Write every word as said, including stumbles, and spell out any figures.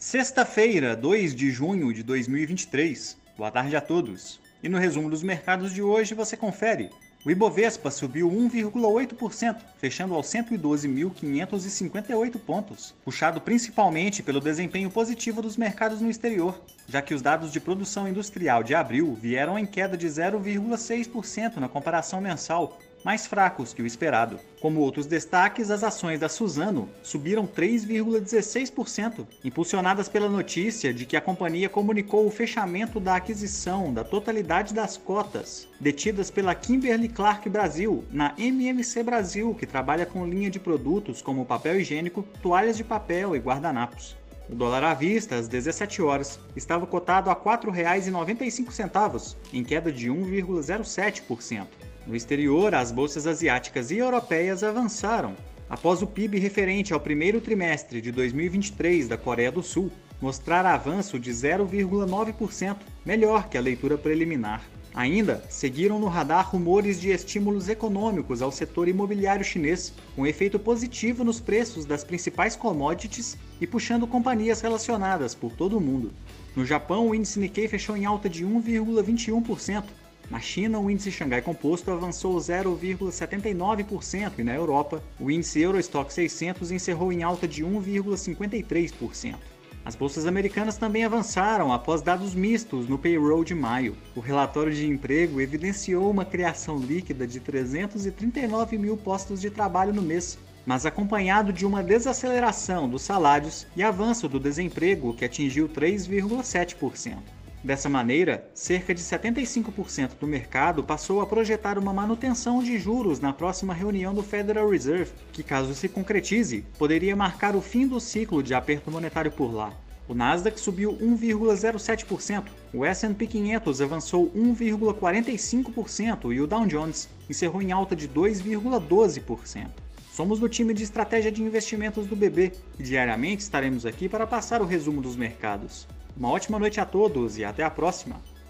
Sexta-feira, dois de junho de dois mil e vinte e três. Boa tarde a todos. E no resumo dos mercados de hoje você confere. O Ibovespa subiu um vírgula oito por cento, fechando aos cento e doze mil quinhentos e cinquenta e oito pontos, puxado principalmente pelo desempenho positivo dos mercados no exterior, já que os dados de produção industrial de abril vieram em queda de zero vírgula seis por cento na comparação mensal, mais fracos que o esperado. Como outros destaques, as ações da Suzano subiram três vírgula dezesseis por cento, impulsionadas pela notícia de que a companhia comunicou o fechamento da aquisição da totalidade das cotas detidas pela Kimberly-Clark Brasil na M M C Brasil, que trabalha com linha de produtos como papel higiênico, toalhas de papel e guardanapos. O dólar à vista, às dezessete horas, estava cotado a quatro reais e noventa e cinco centavos, em queda de um vírgula zero sete por cento. No exterior, as bolsas asiáticas e europeias avançaram, após o P I B referente ao primeiro trimestre de dois mil e vinte e três da Coreia do Sul mostrar avanço de zero vírgula nove por cento, melhor que a leitura preliminar. Ainda seguiram no radar rumores de estímulos econômicos ao setor imobiliário chinês, com efeito positivo nos preços das principais commodities e puxando companhias relacionadas por todo o mundo. No Japão, o índice Nikkei fechou em alta de um vírgula vinte e um por cento. Na China, o índice Xangai Composto avançou zero vírgula setenta e nove por cento e na Europa, o índice Eurostoxx seiscentos encerrou em alta de um vírgula cinquenta e três por cento. As bolsas americanas também avançaram após dados mistos no payroll de maio. O relatório de emprego evidenciou uma criação líquida de trezentos e trinta e nove mil postos de trabalho no mês, mas acompanhado de uma desaceleração dos salários e avanço do desemprego, que atingiu três vírgula sete por cento. Dessa maneira, cerca de setenta e cinco por cento do mercado passou a projetar uma manutenção de juros na próxima reunião do Federal Reserve, que, caso se concretize, poderia marcar o fim do ciclo de aperto monetário por lá. O Nasdaq subiu um vírgula zero sete por cento, o S and P quinhentos avançou um vírgula quarenta e cinco por cento e o Dow Jones encerrou em alta de dois vírgula doze por cento. Somos do time de estratégia de investimentos do B B e diariamente estaremos aqui para passar o resumo dos mercados. Uma ótima noite a todos e até a próxima!